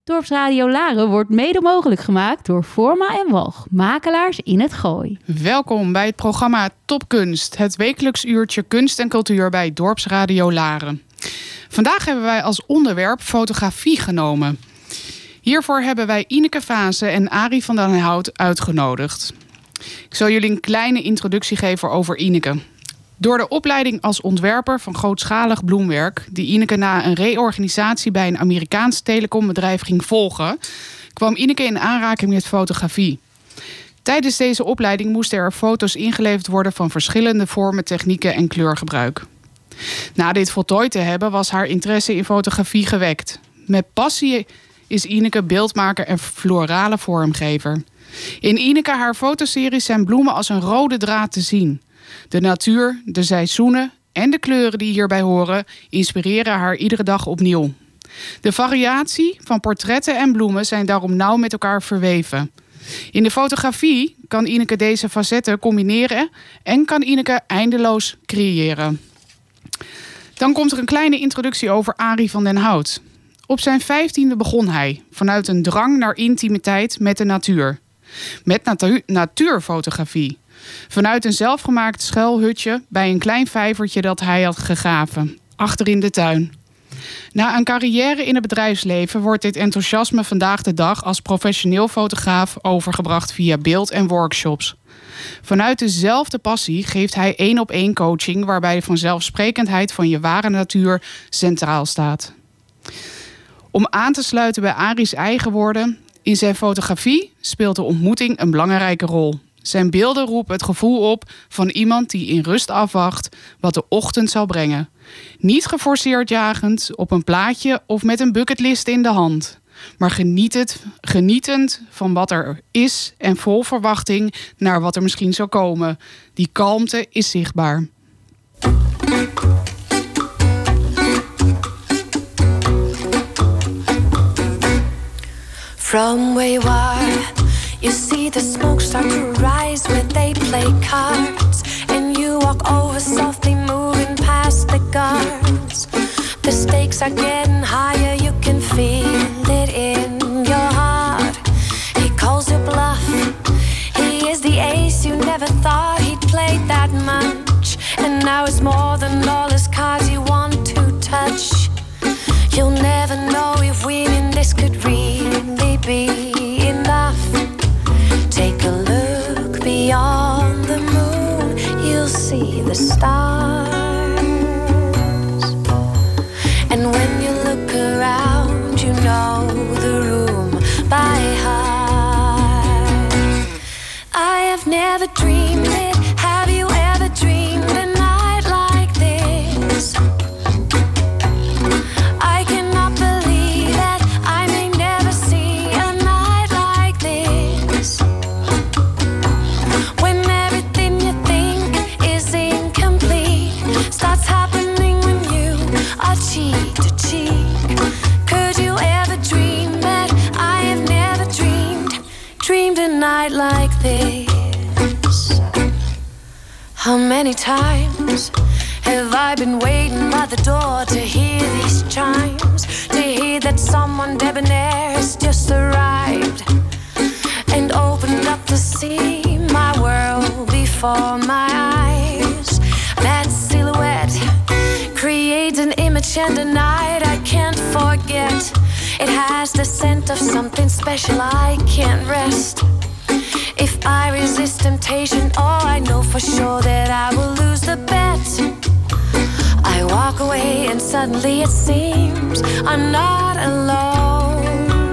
Dorpsradio Laren wordt mede mogelijk gemaakt door Forma en Walch, makelaars in het Gooi. Welkom bij het programma Topkunst, het wekelijks uurtje kunst en cultuur bij Dorpsradio Laren. Vandaag hebben wij als onderwerp fotografie genomen. Hiervoor hebben wij Ineke Vaassen en Arie van den Hout uitgenodigd. Ik zal jullie een kleine introductie geven over Ineke. Door de opleiding als ontwerper van grootschalig bloemwerk, die Ineke na een reorganisatie bij een Amerikaans telecombedrijf ging volgen, kwam Ineke in aanraking met fotografie. Tijdens deze opleiding moesten er foto's ingeleverd worden van verschillende vormen, technieken en kleurgebruik. Na dit voltooid te hebben was haar interesse in fotografie gewekt. Met passie is Ineke beeldmaker en florale vormgever. In Ineke haar fotoseries zijn bloemen als een rode draad te zien. De natuur, de seizoenen en de kleuren die hierbij horen inspireren haar iedere dag opnieuw. De variatie van portretten en bloemen zijn daarom nauw met elkaar verweven. In de fotografie kan Ineke deze facetten combineren en kan Ineke eindeloos creëren. Dan komt er een kleine introductie over Arie van den Hout. Op zijn 15e begon hij, vanuit een drang naar intimiteit met de natuur. Met natuurfotografie. Vanuit een zelfgemaakt schuilhutje bij een klein vijvertje dat hij had gegraven, achter in de tuin. Na een carrière in het bedrijfsleven wordt dit enthousiasme vandaag de dag als professioneel fotograaf overgebracht via beeld- en workshops. Vanuit dezelfde passie geeft hij 1-op-1 coaching waarbij de vanzelfsprekendheid van je ware natuur centraal staat. Om aan te sluiten bij Arie's eigen woorden, in zijn fotografie speelt de ontmoeting een belangrijke rol. Zijn beelden roepen het gevoel op van iemand die in rust afwacht wat de ochtend zal brengen. Niet geforceerd jagend op een plaatje of met een bucketlist in de hand. Maar genietend van wat er is en vol verwachting naar wat er misschien zal komen. Die kalmte is zichtbaar. From where you are, you see the smoke start to rise where they play cards. And you walk over softly moving past the guards. The stakes are getting higher, you can feel it in your heart. He calls you bluff, he is the ace you never thought he'd play that much. And now it's more than all his cards you want to touch. You'll never know if winning this could really be enough. Take a look beyond the moon, you'll see the stars. And when you look around, you know the room by heart. I have never dreamed it. Have you ever dreamed a night like this? I cannot believe that I may never see a night like this. When everything you think is incomplete starts happening when you are cheek to cheek. Could you ever dream that I have never dreamed a night like this? How many times have I been waiting by the door to hear these chimes? To hear that someone debonair has just arrived and opened up to see my world before my eyes. That silhouette creates an image and a night I can't forget. It has the scent of something special, I can't rest. If I resist temptation, oh, I know for sure that I will lose the bet. I walk away and suddenly it seems I'm not alone.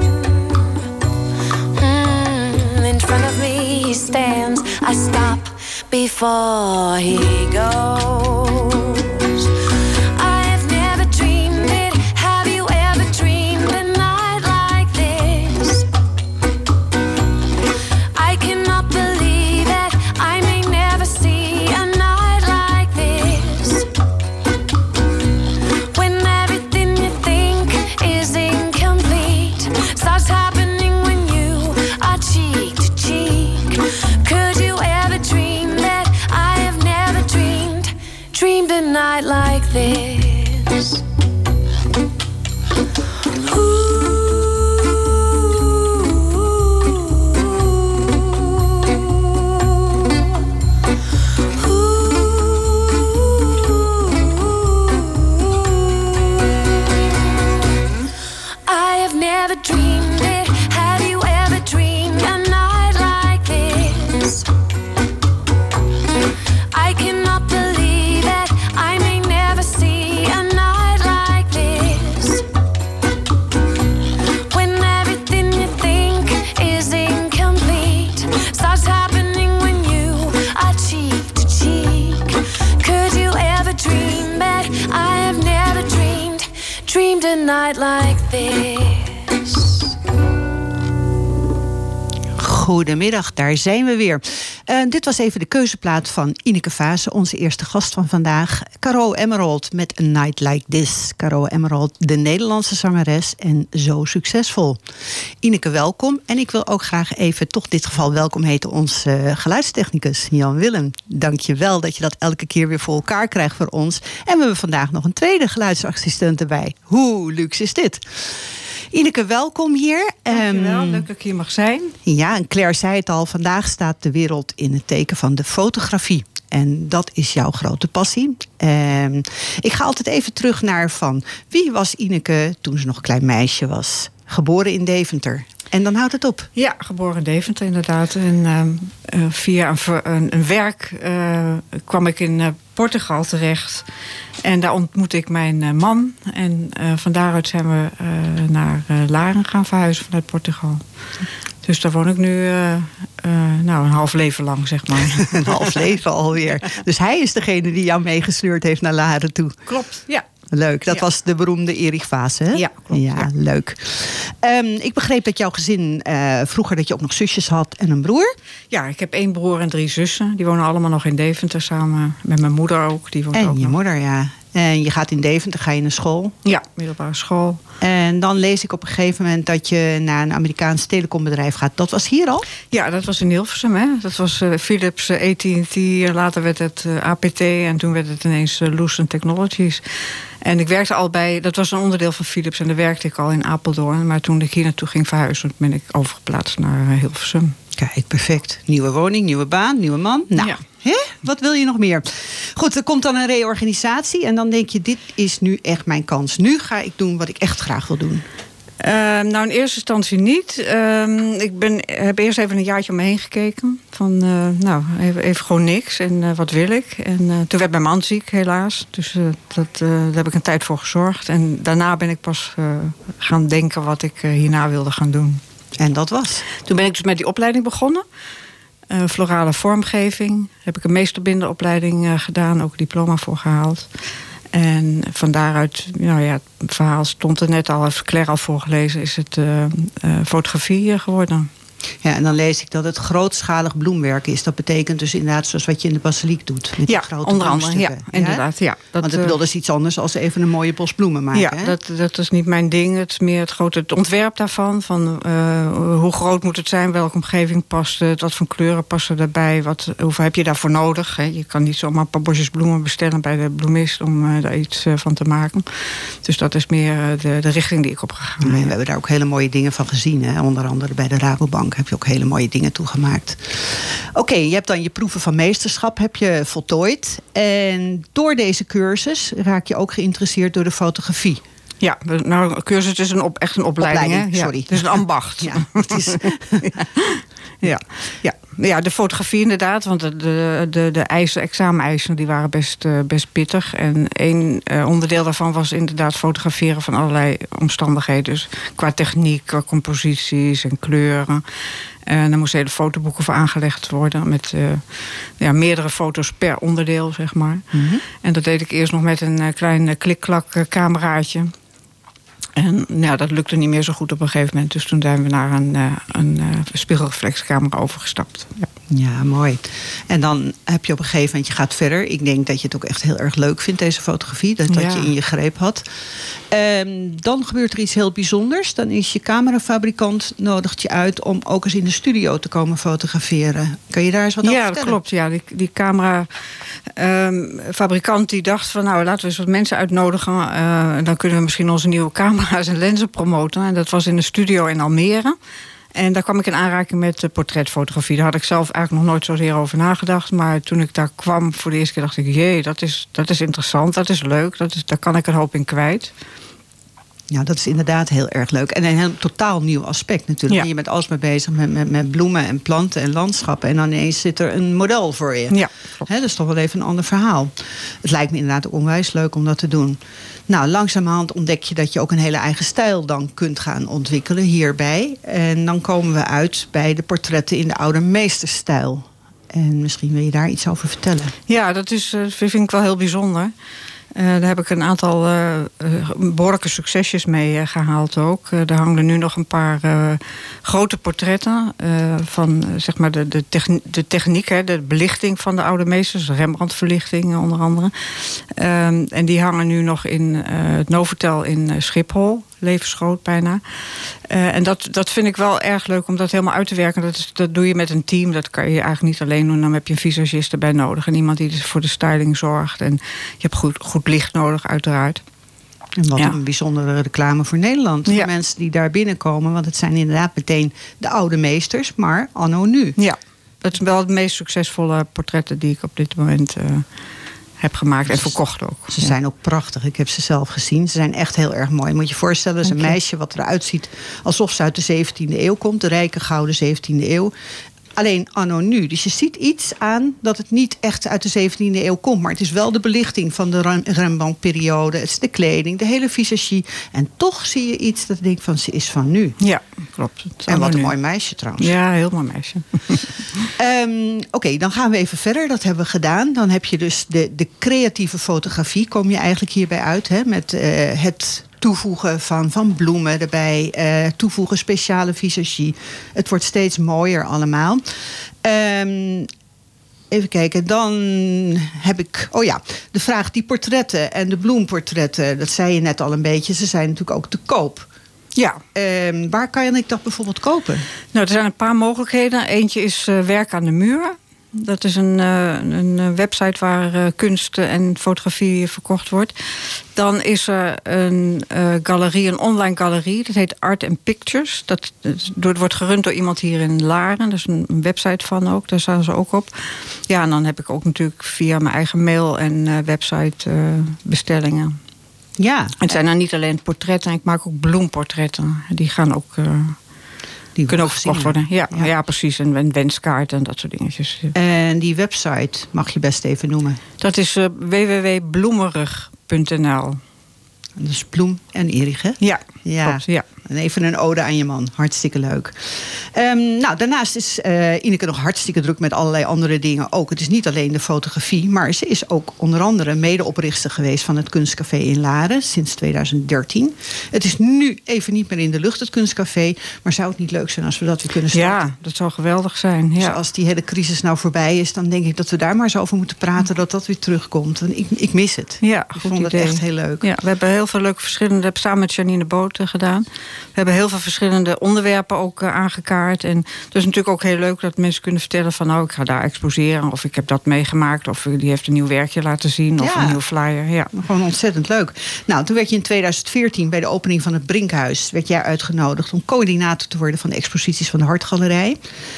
In front of me he stands, I stop before he goes. I have never dreamed it. Have you ever dreamed a night like this? I cannot believe that I may never see a night like this. When everything you think is incomplete starts happening when you are cheek to cheek. Could you ever dream that I have never dreamed never dreamed it. Have you ever dreamed a night like this? I cannot believe that I may never see a night like this. When everything you think is incomplete starts happening when you are cheek to cheek. Could you ever dream that I have never dreamed a night like this? Goedemiddag, daar zijn we weer. Dit was even de keuzeplaat van Ineke Vaassen, onze eerste gast van vandaag. Caro Emerald met A Night Like This. Caro Emerald, de Nederlandse zangeres en zo succesvol. Ineke, welkom. En ik wil ook graag even toch dit geval welkom heten onze geluidstechnicus Jan Willem. Dank je wel dat je dat elke keer weer voor elkaar krijgt voor ons. En we hebben vandaag nog een tweede geluidsassistent erbij. Hoe luxe is dit? Ineke, welkom hier. Dankjewel, leuk dat ik hier mag zijn. Ja, en Claire zei het al, vandaag staat de wereld in het teken van de fotografie. En dat is jouw grote passie. Ik ga altijd even terug naar van wie was Ineke toen ze nog een klein meisje was? Geboren in Deventer. En dan houdt het op. Ja, geboren in Deventer inderdaad. En via een werk kwam ik in Portugal terecht. En daar ontmoette ik mijn man. En van daaruit zijn we naar Laren gaan verhuizen vanuit Portugal. Dus daar woon ik nu een half leven lang, zeg maar. Een half leven alweer. Dus hij is degene die jou meegesleurd heeft naar Laren toe. Klopt, ja. Leuk, dat was de beroemde Erich Vaassen, hè? Ja, klopt. Ja, leuk. Ik begreep dat jouw gezin vroeger dat je ook nog zusjes had en een broer. Ja, ik heb 1 broer en 3 zussen. Die wonen allemaal nog in Deventer samen met mijn moeder ook. Die woont En ook je nog. moeder, ja. En je gaat in Deventer, ga je naar school. Ja, middelbare school. En dan lees ik op een gegeven moment dat je naar een Amerikaans telecombedrijf gaat. Dat was hier al? Ja, dat was in Hilversum. Hè? Dat was Philips, AT&T. Later werd het APT en toen werd het ineens Lucent Technologies. En ik werkte al bij, dat was een onderdeel van Philips en daar werkte ik al in Apeldoorn. Maar toen ik hier naartoe ging verhuizen, ben ik overgeplaatst naar Hilversum. Kijk, perfect. Nieuwe woning, nieuwe baan, nieuwe man. Nou, ja. Wat wil je nog meer? Goed, er komt dan een reorganisatie en dan denk je, dit is nu echt mijn kans. Nu ga ik doen wat ik echt graag wil doen. Nou, in eerste instantie niet. Ik heb eerst even een jaartje om me heen gekeken. Van, even gewoon niks. En wat wil ik? En toen werd mijn man ziek, helaas. Dus daar heb ik een tijd voor gezorgd. En daarna ben ik pas gaan denken wat ik hierna wilde gaan doen. En dat was? Toen ben ik dus met die opleiding begonnen. Florale vormgeving. Heb ik een meesterbinderopleiding gedaan. Ook een diploma voor gehaald. En van daaruit, het verhaal stond er net al, heeft Claire al voorgelezen, is het fotografie geworden. Ja, en dan lees ik dat het grootschalig bloemwerk is. Dat betekent dus inderdaad zoals wat je in de basiliek doet. Met die grote onder andere, bloemstukken. ja, inderdaad. Ja, want ik bedoel, dat is iets anders dan even een mooie bos bloemen maken. Ja, hè? dat is niet mijn ding. Het is meer het ontwerp daarvan. Van hoe groot moet het zijn, welke omgeving past het, wat voor kleuren passen daarbij, hoeveel heb je daarvoor nodig. Hè? Je kan niet zomaar een paar bosjes bloemen bestellen bij de bloemist om daar iets van te maken. Dus dat is meer de richting die ik op gegaan ben. Nee, we hebben daar ook hele mooie dingen van gezien. Hè? Onder andere bij de Rabobank heb je ook hele mooie dingen toegemaakt. Oké, je hebt dan je proeven van meesterschap heb je voltooid. En door deze cursus raak je ook geïnteresseerd door de fotografie. Ja, nou, een cursus is echt een opleiding. Hè? Sorry. Ja, het is een ambacht. Ja, het is... Ja, de fotografie inderdaad. Want de exameneisen die waren best pittig. En één onderdeel daarvan was inderdaad fotograferen van allerlei omstandigheden. Dus qua techniek, qua composities en kleuren. En daar moesten hele fotoboeken voor aangelegd worden. Met meerdere foto's per onderdeel, zeg maar. Mm-hmm. En dat deed ik eerst nog met een klein klik-klak cameraatje. En dat lukte niet meer zo goed op een gegeven moment. Dus toen zijn we naar een spiegelreflexcamera overgestapt. Ja. Ja, mooi. En dan heb je op een gegeven moment, je gaat verder. Ik denk dat je het ook echt heel erg leuk vindt, deze fotografie. Dat je in je greep had. Dan gebeurt er iets heel bijzonders. Dan is je camerafabrikant nodigt je uit om ook eens in de studio te komen fotograferen. Kun je daar eens wat over vertellen? Ja, dat klopt. Ja, die camerafabrikant die dacht van, laten we eens wat mensen uitnodigen. Dan kunnen we misschien onze nieuwe camera's en lenzen promoten. En dat was in de studio in Almere. En daar kwam ik in aanraking met portretfotografie. Daar had ik zelf eigenlijk nog nooit zozeer over nagedacht. Maar toen ik daar kwam voor de eerste keer dacht ik, jee, dat is interessant, dat is leuk. Daar kan ik een hoop in kwijt. Ja, dat is inderdaad heel erg leuk. En een heel totaal nieuw aspect natuurlijk. Ja. Je bent alsmaar bezig met bloemen en planten en landschappen. En dan ineens zit er een model voor je. Ja, klopt. Dat is toch wel even een ander verhaal. Het lijkt me inderdaad onwijs leuk om dat te doen. Nou, langzamerhand ontdek je dat je ook een hele eigen stijl dan kunt gaan ontwikkelen hierbij. En dan komen we uit bij de portretten in de oude meesterstijl. En misschien wil je daar iets over vertellen. Ja, dat vind ik wel heel bijzonder. Daar heb ik een aantal behoorlijke succesjes mee gehaald ook. Er hangen nu nog een paar grote portretten van zeg maar de techniek, hè, de belichting van de oude meesters, Rembrandt-verlichting onder andere. En die hangen nu nog in het Novotel in Schiphol. Levensgroot bijna. En dat vind ik wel erg leuk om dat helemaal uit te werken. Dat doe je met een team. Dat kan je eigenlijk niet alleen doen. Dan heb je een visagist erbij nodig. En iemand die dus voor de styling zorgt. En je hebt goed licht nodig, uiteraard. En wat een bijzondere reclame voor Nederland. Voor mensen die daar binnenkomen. Want het zijn inderdaad meteen de oude meesters. Maar anno nu. Ja, dat is wel het meest succesvolle portretten die ik op dit moment heb gemaakt en verkocht ook. Ze zijn ook prachtig. Ik heb ze zelf gezien. Ze zijn echt heel erg mooi. Moet je je voorstellen, dat is een meisje wat eruit ziet alsof ze uit de 17e eeuw komt. De rijke gouden 17e eeuw. Alleen anno nu. Dus je ziet iets aan dat het niet echt uit de 17e eeuw komt. Maar het is wel de belichting van de Rembrandt-periode. Het is de kleding, de hele visagie. En toch zie je iets dat ik denk van, ze is van nu. Ja, klopt. En wat een mooi meisje trouwens. Ja, heel mooi meisje. Oké, dan gaan we even verder. Dat hebben we gedaan. Dan heb je dus de creatieve fotografie. Kom je eigenlijk hierbij uit. Hè, met het toevoegen van bloemen erbij. Toevoegen speciale visagie. Het wordt steeds mooier allemaal. Even kijken, dan heb ik... Oh ja, de vraag, die portretten en de bloemportretten... dat zei je net al een beetje, ze zijn natuurlijk ook te koop. Ja. Waar kan ik dat bijvoorbeeld kopen? Nou, er zijn een paar mogelijkheden. Eentje is Werk aan de Muur. Dat is een website waar kunst en fotografie verkocht wordt. Dan is er een galerie, een online galerie. Dat heet Art and Pictures. Dat wordt gerund door iemand hier in Laren. Dat is een website van ook. Daar staan ze ook op. Ja, en dan heb ik ook natuurlijk via mijn eigen mail en website bestellingen. Ja. Het zijn dan niet alleen portretten. Ik maak ook bloemportretten. Die gaan ook... Die kunnen ook verkocht worden. Ja, precies. En wenskaarten en dat soort dingetjes. En die website mag je best even noemen. Dat is www.bloemerig.nl. Dat is Bloem en Erich, hè? Ja, klopt, ja. En even een ode aan je man. Hartstikke leuk. Nou, daarnaast is Ineke nog hartstikke druk met allerlei andere dingen ook. Het is niet alleen de fotografie, maar ze is ook onder andere medeoprichter geweest van het Kunstcafé in Laren sinds 2013. Het is nu even niet meer in de lucht, het Kunstcafé. Maar zou het niet leuk zijn als we dat weer kunnen starten? Ja, dat zou geweldig zijn. Ja. Dus als die hele crisis nou voorbij is, dan denk ik dat we daar maar eens over moeten praten, dat weer terugkomt. Want ik mis het. Ja, ik vond het echt heel leuk. Ja, we hebben heel veel leuke verschillende, dat heb ik samen met Janine Boot gedaan. We hebben heel veel verschillende onderwerpen ook aangekaart. En het is natuurlijk ook heel leuk dat mensen kunnen vertellen van, nou, ik ga daar exposeren, of ik heb dat meegemaakt, of die heeft een nieuw werkje laten zien, of een nieuw flyer. Ja. Gewoon ontzettend leuk. Nou, toen werd je in 2014 bij de opening van het Brinkhuis werd jij uitgenodigd om coördinator te worden van de exposities van de Hartgalerij.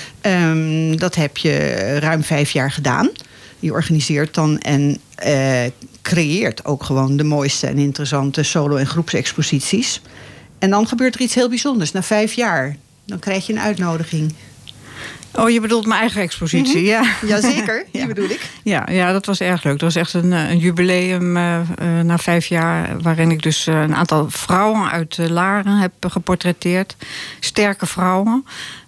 Dat heb je ruim 5 jaar gedaan. Je organiseert dan en creëert ook gewoon de mooiste en interessante solo- en groepsexposities. En dan gebeurt er iets heel bijzonders. Na 5 jaar, dan krijg je een uitnodiging. Oh, je bedoelt mijn eigen expositie, ja. Jazeker, die bedoel ik. Ja, dat was erg leuk. Dat was echt een jubileum na 5 jaar... waarin ik dus een aantal vrouwen uit Laren heb geportretteerd. Sterke vrouwen.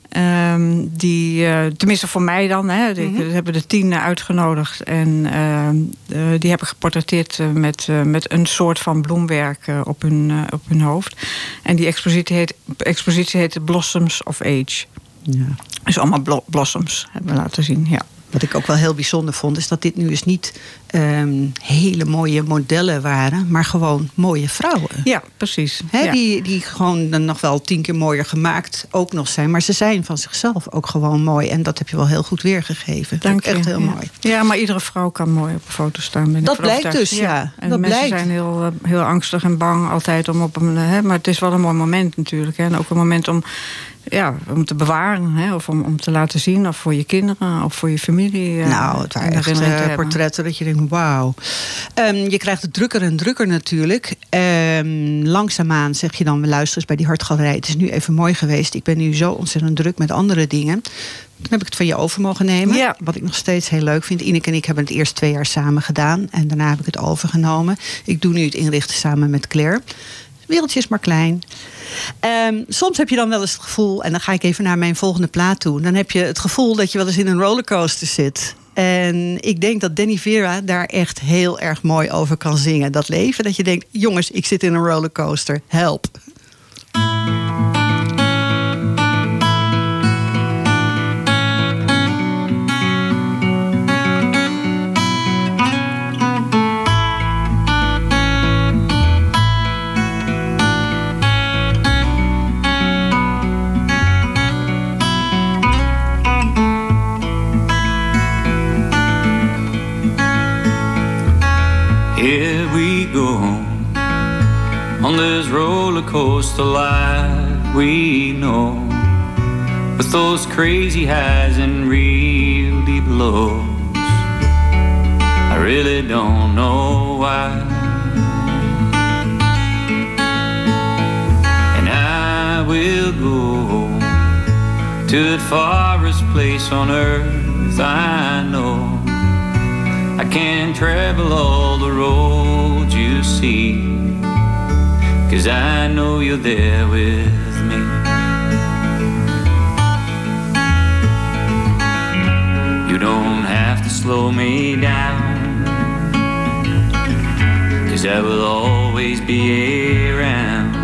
Die, tenminste voor mij dan, hè, we hebben er 10 uitgenodigd. En die heb ik geportretteerd met een soort van bloemwerk op hun hoofd. En die expositie heet Blossoms of Age. Ja. Dus allemaal blossoms hebben we laten zien, ja. Wat ik ook wel heel bijzonder vond, is dat dit nu eens niet hele mooie modellen waren, maar gewoon mooie vrouwen. Ja, precies. He, ja. Die gewoon dan nog wel 10 keer mooier gemaakt ook nog zijn. Maar ze zijn van zichzelf ook gewoon mooi. En dat heb je wel heel goed weergegeven. Dank je. Echt heel mooi. Ja, maar iedere vrouw kan mooi op een foto staan. Dat blijkt dus, ja. En dat mensen blijkt. zijn heel angstig en bang altijd om op een... maar het is wel een mooi moment natuurlijk. Hè. En ook een moment om om te bewaren, hè, of om te laten zien, of voor je kinderen, of voor je familie. Het waren echt portretten dat je denkt, wauw. Je krijgt het drukker en drukker natuurlijk. Langzaamaan zeg je dan, luister eens bij die Hartgalerij. Het is nu even mooi geweest. Ik ben nu zo ontzettend druk met andere dingen. Toen heb ik het van je over mogen nemen. Ja. Wat ik nog steeds heel leuk vind. Ineke en ik hebben het eerst 2 jaar samen gedaan. En daarna heb ik het overgenomen. Ik doe nu het inrichten samen met Claire. Het wereldje is maar klein. Soms heb je dan wel eens het gevoel, en dan ga ik even naar mijn volgende plaat toe. Dan heb je het gevoel dat je wel eens in een rollercoaster zit. En ik denk dat Danny Vera daar echt heel erg mooi over kan zingen. Dat leven, dat je denkt, jongens, ik zit in een rollercoaster. Help. Here we go on this roller coaster life we know, with those crazy highs and real deep lows. I really don't know why, and I will go to the farthest place on earth I know. I can't travel all the roads you see, 'cause I know you're there with me. You don't have to slow me down, 'cause I will always be around.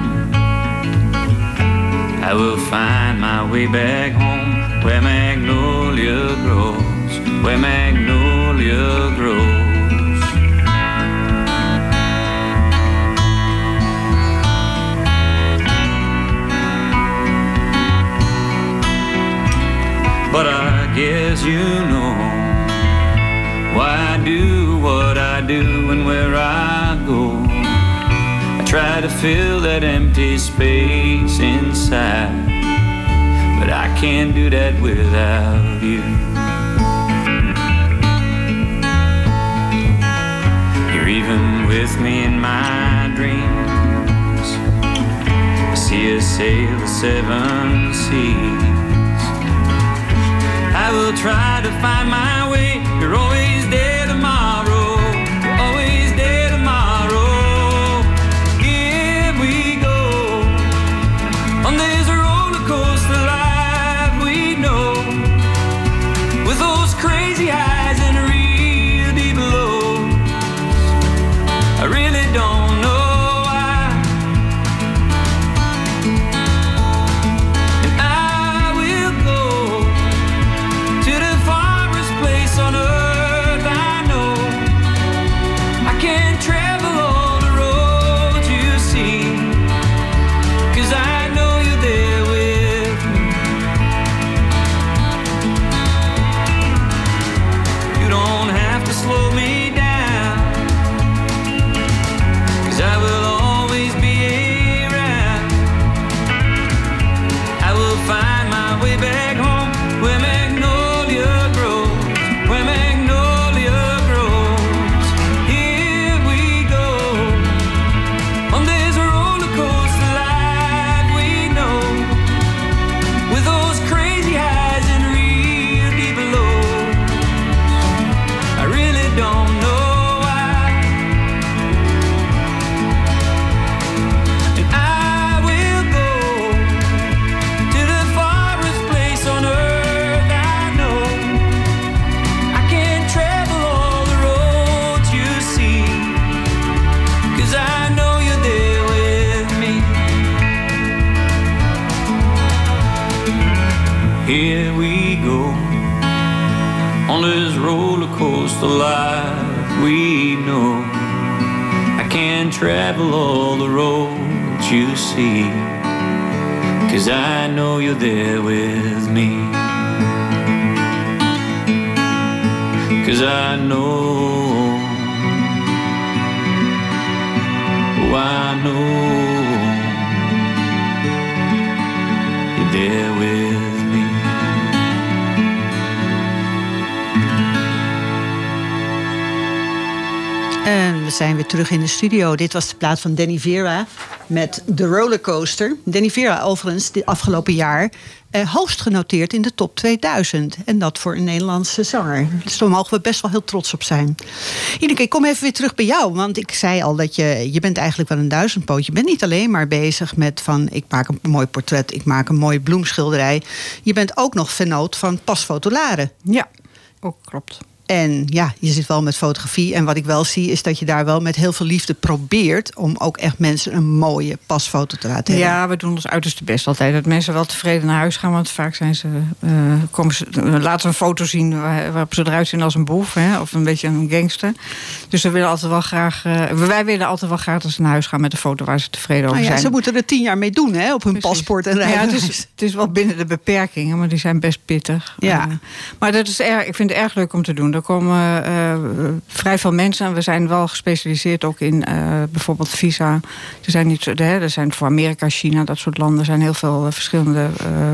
I will find my way back home, where magnolia grows, where magnolia grows. But I guess you know why I do what I do and where I go. I try to fill that empty space inside, but I can't do that without you. You're even with me in my dreams. I see us sail the 7 seas. I will try to find my way. You're always there tomorrow. You're always there tomorrow. Here we go on this roller coaster life we know, with those crazy highs and real deep lows. I really don't know. Here we go on this roller coaster life we know. I can't travel all the roads you see, 'cause I know you're there with me. 'Cause I know, oh I know you're here with me. En we zijn weer terug in de studio. Dit was de plaat van Danny Vera met The Rollercoaster. Danny Vera overigens dit afgelopen jaar hoogst genoteerd in de top 2000. En dat voor een Nederlandse zanger. Dus daar mogen we best wel heel trots op zijn. Ineke, ik kom even weer terug bij jou. Want ik zei al dat je bent eigenlijk wel een duizendpoot. Je bent niet alleen maar bezig met van ik maak een mooi portret, ik maak een mooie bloemschilderij. Je bent ook nog vennoot van Pasfotolaren. Ja, ook klopt. En ja, je zit wel met fotografie. En wat ik wel zie is dat je daar wel met heel veel liefde probeert om ook echt mensen een mooie pasfoto te laten hebben. Ja, we doen ons uiterste best altijd. Dat mensen wel tevreden naar huis gaan. Want vaak zijn ze, laten we een foto zien waarop ze eruit zien als een boef. Hè, of een beetje een gangster. Dus we willen altijd wel graag, wij willen altijd wel graag dat ze naar huis gaan met een foto waar ze tevreden over zijn. Ze moeten er 10 jaar mee doen, hè, op hun Precies. paspoort en rijbewijs. Ja, het is wel binnen de beperkingen, maar die zijn best pittig. Ja. Maar dat is ik vind het erg leuk om te doen. Er komen vrij veel mensen en we zijn wel gespecialiseerd ook in bijvoorbeeld visa. Er zijn voor Amerika, China, dat soort landen zijn heel veel verschillende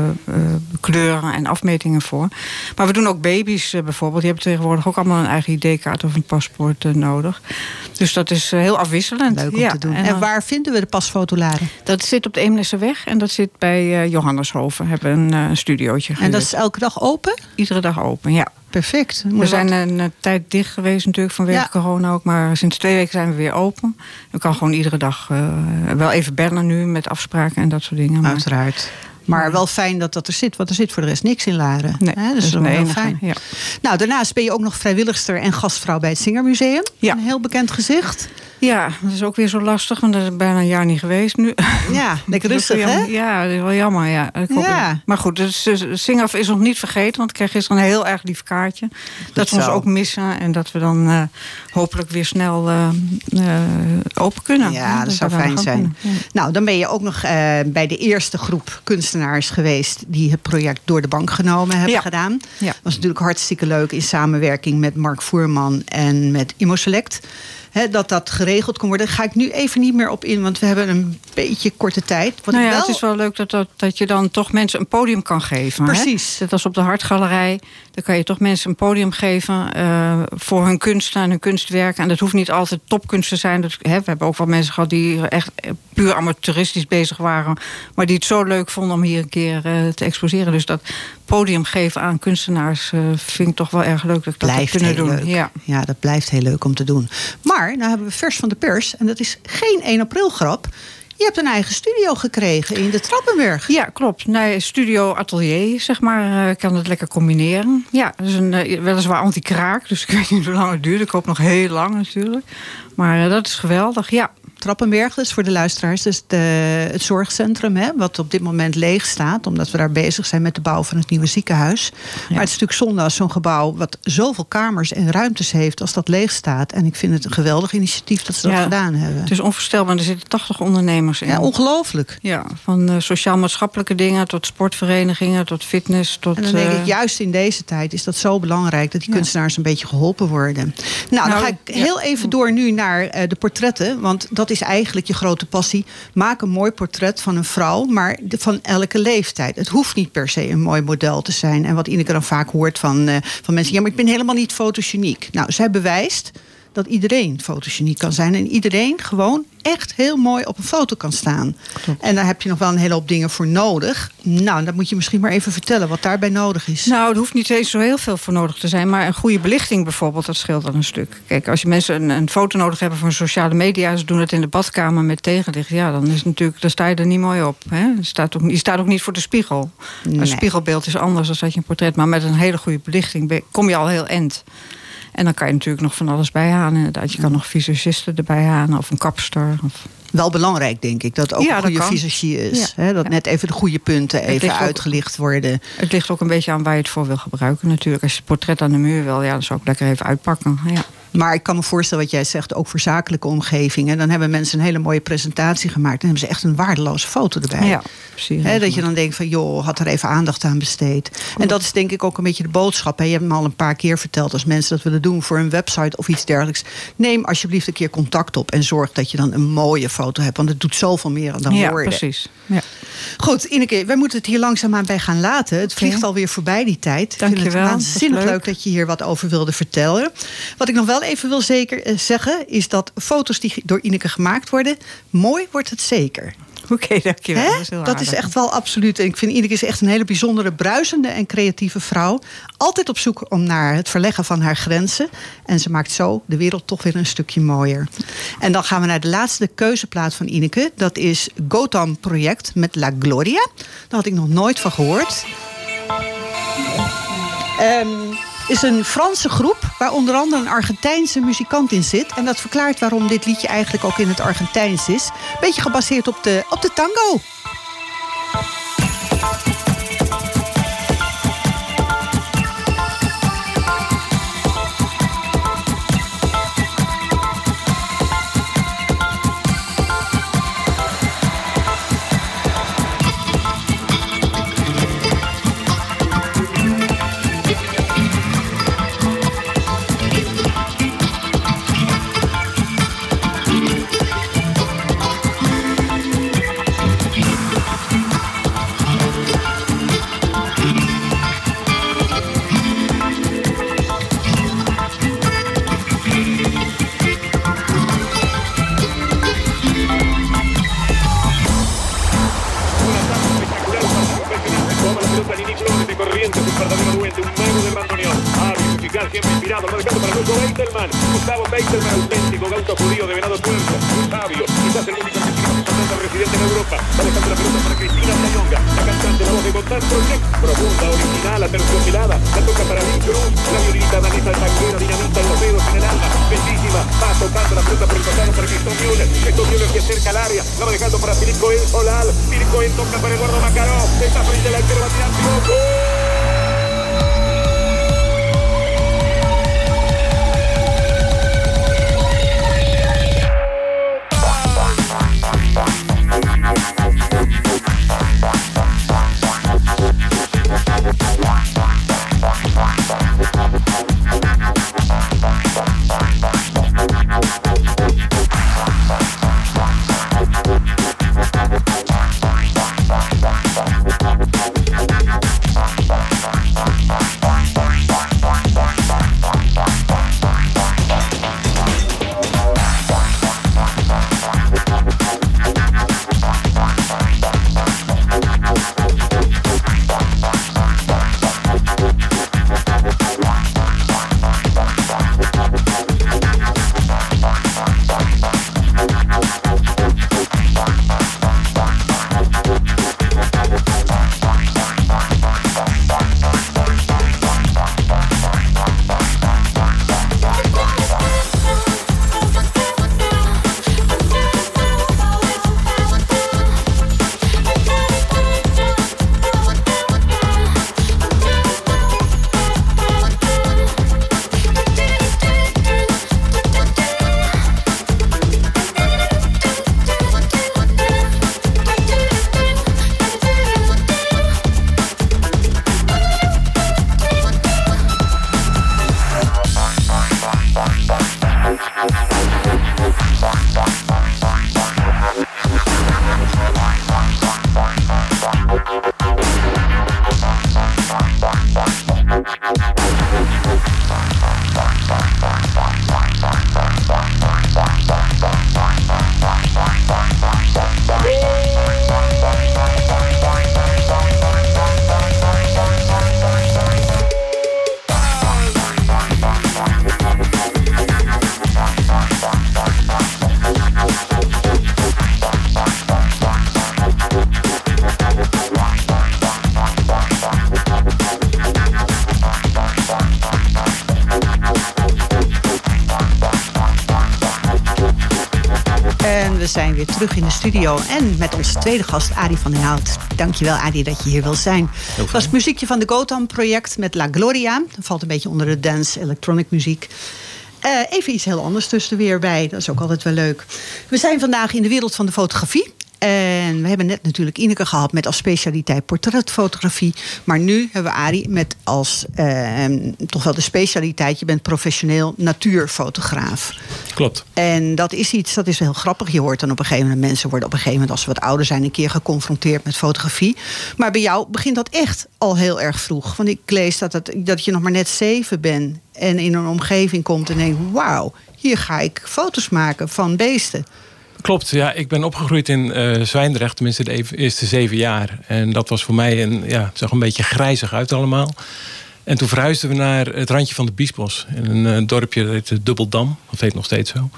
kleuren en afmetingen voor. Maar we doen ook baby's bijvoorbeeld. Die hebben tegenwoordig ook allemaal een eigen ID-kaart of een paspoort nodig. Dus dat is heel afwisselend. Leuk om te doen. En waar vinden we de Pasfotolaren? Dat zit op de Eemnesseweg en dat zit bij Johanneshoven. We hebben een studiootje gehuurd. En dat is elke dag open? Iedere dag open, ja. Perfect. We zijn een tijd dicht geweest natuurlijk vanwege corona ook. Maar sinds 2 weken zijn we weer open. We kan gewoon iedere dag wel even bellen nu met afspraken en dat soort dingen. Maar uiteraard. Maar wel fijn dat dat er zit, want er zit voor de rest niks in Laren. Nee, dus dat is wel heel fijn. Ja. Nou, daarnaast ben je ook nog vrijwilligster en gastvrouw bij het Singermuseum. Ja. Een heel bekend gezicht. Ja, dat is ook weer zo lastig, want dat is bijna een jaar niet geweest nu. Ja, lekker rustig, hè? Ja, dat is wel jammer, ja. Maar goed, Singaf is nog niet vergeten, want ik kreeg gisteren een heel erg lief kaartje. Dat we ons ook missen en dat we dan hopelijk weer snel open kunnen. Ja, dat zou fijn zijn. Ja. Nou, dan ben je ook nog bij de eerste groep kunstenaars geweest die het project Door de Bank genomen hebben gedaan. Ja. Dat was natuurlijk hartstikke leuk in samenwerking met Mark Voerman en met ImmoSelect. Dat geregeld kon worden. Daar ga ik nu even niet meer op in, want we hebben een beetje korte tijd. Het is wel leuk dat je dan toch mensen een podium kan geven. Precies. Net als op de Hartgalerij. Dan kan je toch mensen een podium geven voor hun kunsten en hun kunstwerken. En dat hoeft niet altijd topkunst te zijn. We hebben ook wel mensen gehad die echt puur amateuristisch bezig waren. Maar die het zo leuk vonden om hier een keer te exposeren. Dus dat podium geven aan kunstenaars vind ik toch wel erg leuk dat ik dat kunnen doen. Leuk. Ja, dat blijft heel leuk om te doen. Maar nou hebben we vers van de pers. En dat is geen 1 april grap. Je hebt een eigen studio gekregen in de Trappenberg. Ja, klopt. Nee, studio atelier, zeg maar. Ik kan het lekker combineren. Ja, dat is weliswaar anti-kraak. Dus ik weet niet hoe lang het duurt. Ik hoop nog heel lang natuurlijk. Maar dat is geweldig, ja. Trappenberg, dus voor de luisteraars, dus het zorgcentrum, wat op dit moment leeg staat, omdat we daar bezig zijn met de bouw van het nieuwe ziekenhuis. Ja. Maar het is natuurlijk zonde als zo'n gebouw wat zoveel kamers en ruimtes heeft, als dat leeg staat. En ik vind het een geweldig initiatief dat ze dat gedaan hebben. Het is onvoorstelbaar, er zitten 80 ondernemers in. Ja, ongelooflijk. Ja, van sociaal-maatschappelijke dingen tot sportverenigingen, tot fitness. Tot, en dan denk ik, juist in deze tijd is dat zo belangrijk dat die kunstenaars een beetje geholpen worden. Nou, dan ga ik heel even door nu naar de portretten, want dat is eigenlijk je grote passie. Maak een mooi portret van een vrouw, maar van elke leeftijd. Het hoeft niet per se een mooi model te zijn. En wat Ineke dan vaak hoort van mensen, ja, maar ik ben helemaal niet fotogeniek. Nou, zij bewijst dat iedereen fotogeniek kan zijn en iedereen gewoon echt heel mooi op een foto kan staan. Klopt. En daar heb je nog wel een hele hoop dingen voor nodig. Nou, dan moet je misschien maar even vertellen wat daarbij nodig is. Nou, er hoeft niet eens zo heel veel voor nodig te zijn, maar een goede belichting bijvoorbeeld, dat scheelt al een stuk. Kijk, als je mensen een foto nodig hebben voor sociale media, ze doen het in de badkamer met tegenlicht, ja, dan is het natuurlijk, dan sta je er niet mooi op. Hè? Je staat ook niet voor de spiegel. Nee. Een spiegelbeeld is anders dan dat je een portret, maar met een hele goede belichting kom je al heel eind. En dan kan je natuurlijk nog van alles bijhalen. Inderdaad, je kan nog visagisten erbij halen of een kapster. Wel belangrijk, denk ik, dat ook een goede visagie is. Ja. Hè? Dat net even de goede punten even uitgelicht worden. Het ligt ook een beetje aan waar je het voor wil gebruiken natuurlijk. Als je het portret aan de muur wil, dan zou ik lekker even uitpakken. Ja. Maar ik kan me voorstellen wat jij zegt, ook voor zakelijke omgevingen. Dan hebben mensen een hele mooie presentatie gemaakt. Dan hebben ze echt een waardeloze foto erbij. Ja, precies. Dat je dan denkt van, joh, had er even aandacht aan besteed. En dat is denk ik ook een beetje de boodschap. Je hebt me al een paar keer verteld, als mensen dat willen doen voor een website of iets dergelijks. Neem alsjeblieft een keer contact op en zorg dat je dan een mooie foto hebt. Want het doet zoveel meer dan woorden. Precies. Ja. Goed, Ineke, wij moeten het hier langzaamaan bij gaan laten. Het vliegt alweer voorbij die tijd. Dank Ik vind je het wel, waanzinnig dat is leuk dat je hier wat over wilde vertellen. Wat ik nog wel even wil zeggen, is dat foto's die door Ineke gemaakt worden, mooi wordt het zeker. Oké, dankjewel. Hè? Dat is heel Dat is aardig. echt wel absoluut. En ik vind Ineke is echt een hele bijzondere, bruisende en creatieve vrouw. Altijd op zoek om naar het verleggen van haar grenzen. En ze maakt zo de wereld toch weer een stukje mooier. En dan gaan we naar de laatste keuzeplaat van Ineke. Dat is Gotham Project met La Gloria. Daar had ik nog nooit van gehoord. Is een Franse groep waar onder andere een Argentijnse muzikant in zit. En dat verklaart waarom dit liedje eigenlijk ook in het Argentijns is. Beetje gebaseerd op de tango. Siempre inspirado, lo dejando para luego Beitelman. Gustavo Beitelman, auténtico gaucho judío de Venado Tuerto, muy sabio, quizás el único mexicano residente en Europa. Va dejando la pelota para Cristina Sayonga, la cantante, la voz de Gotham Project, profunda, original, aterciopelada, la toca para Lynn Cruz, la violita danesa, el tanguero, dinamita en los dedos, en el alma, bellísima, va tocando la pelota por el pasado para Cristian Müller que acerca al área, la va dejando para Philippe Cohen Solal, Philippe Cohen toca para Eduardo Macaró, está frente al arquero, va a tirar ¡gol! We zijn weer terug in de studio en met onze tweede gast Arie van den Hout. Dankjewel Arie dat je hier wil zijn. Dat was het muziekje van de Gotham Project met La Gloria. Dat valt een beetje onder de dance electronic muziek. Even iets heel anders tussen weer bij. Dat is ook altijd wel leuk. We zijn vandaag in de wereld van de fotografie. En we hebben net natuurlijk Ineke gehad met als specialiteit portretfotografie. Maar nu hebben we Arie met als toch wel de specialiteit. Je bent professioneel natuurfotograaf. Klopt. En dat is iets, dat is heel grappig. Je hoort dan op een gegeven moment, mensen worden op een gegeven moment, als ze wat ouder zijn, een keer geconfronteerd met fotografie. Maar bij jou begint dat echt al heel erg vroeg. Want ik lees dat je nog maar net 7 bent en in een omgeving komt en denkt, wauw, hier ga ik foto's maken van beesten. Klopt, ja. Ik ben opgegroeid in Zwijndrecht, tenminste de eerste 7 jaar. En dat was voor mij het zag een beetje grijzig uit allemaal. En toen verhuisden we naar het randje van de Biesbos. In een dorpje dat heet Dubbeldam, dat heet nog steeds zo.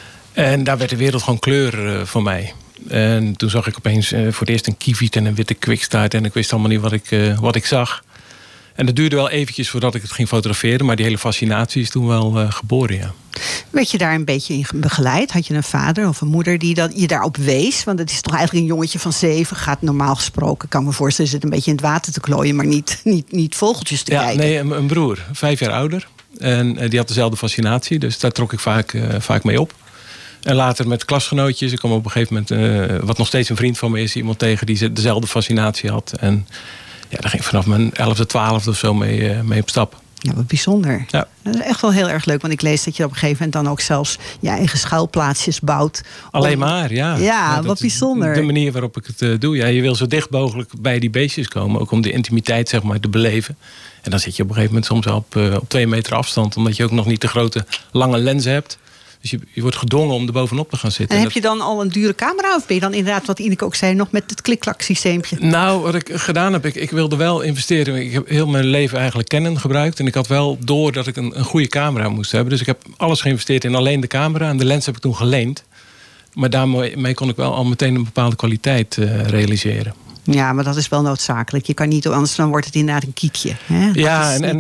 En daar werd de wereld gewoon kleur voor mij. En toen zag ik opeens voor het eerst een kieviet en een witte kwikstaart. En ik wist allemaal niet wat ik zag. En dat duurde wel eventjes voordat ik het ging fotograferen. Maar die hele fascinatie is toen wel geboren, ja. Werd je daar een beetje in begeleid? Had je een vader of een moeder die je daarop wees? Want het is toch eigenlijk een jongetje van 7. Gaat normaal gesproken, kan me voorstellen, zit een beetje in het water te klooien, maar niet vogeltjes te kijken. Nee, een broer, 5 jaar ouder. En die had dezelfde fascinatie, dus daar trok ik vaak mee op. En later met klasgenootjes. Ik kwam op een gegeven moment, wat nog steeds een vriend van me is, iemand tegen die dezelfde fascinatie had. En ja, daar ging ik vanaf mijn 11e, 12e of zo mee op stap. Ja, wat bijzonder. Ja. Dat is echt wel heel erg leuk. Want ik lees dat je op een gegeven moment dan ook zelfs je eigen schuilplaatsjes bouwt. Alleen maar, ja. Ja, wat bijzonder. De manier waarop ik het doe. Ja, je wil zo dicht mogelijk bij die beestjes komen. Ook om de intimiteit, zeg maar, te beleven. En dan zit je op een gegeven moment soms wel op 2 meter afstand. Omdat je ook nog niet de grote, lange lenzen hebt. Dus je wordt gedwongen om er bovenop te gaan zitten. En heb je dan al een dure camera? Of ben je dan inderdaad, wat Ineke ook zei, nog met het klik-klak systeempje? Nou, wat ik gedaan heb, ik wilde wel investeren. Ik heb heel mijn leven eigenlijk Canon gebruikt. En ik had wel door dat ik een goede camera moest hebben. Dus ik heb alles geïnvesteerd in alleen de camera. En de lens heb ik toen geleend. Maar daarmee kon ik wel al meteen een bepaalde kwaliteit realiseren. Ja, maar dat is wel noodzakelijk. Je kan niet, anders dan wordt het inderdaad een kiekje. Hè? Ja, en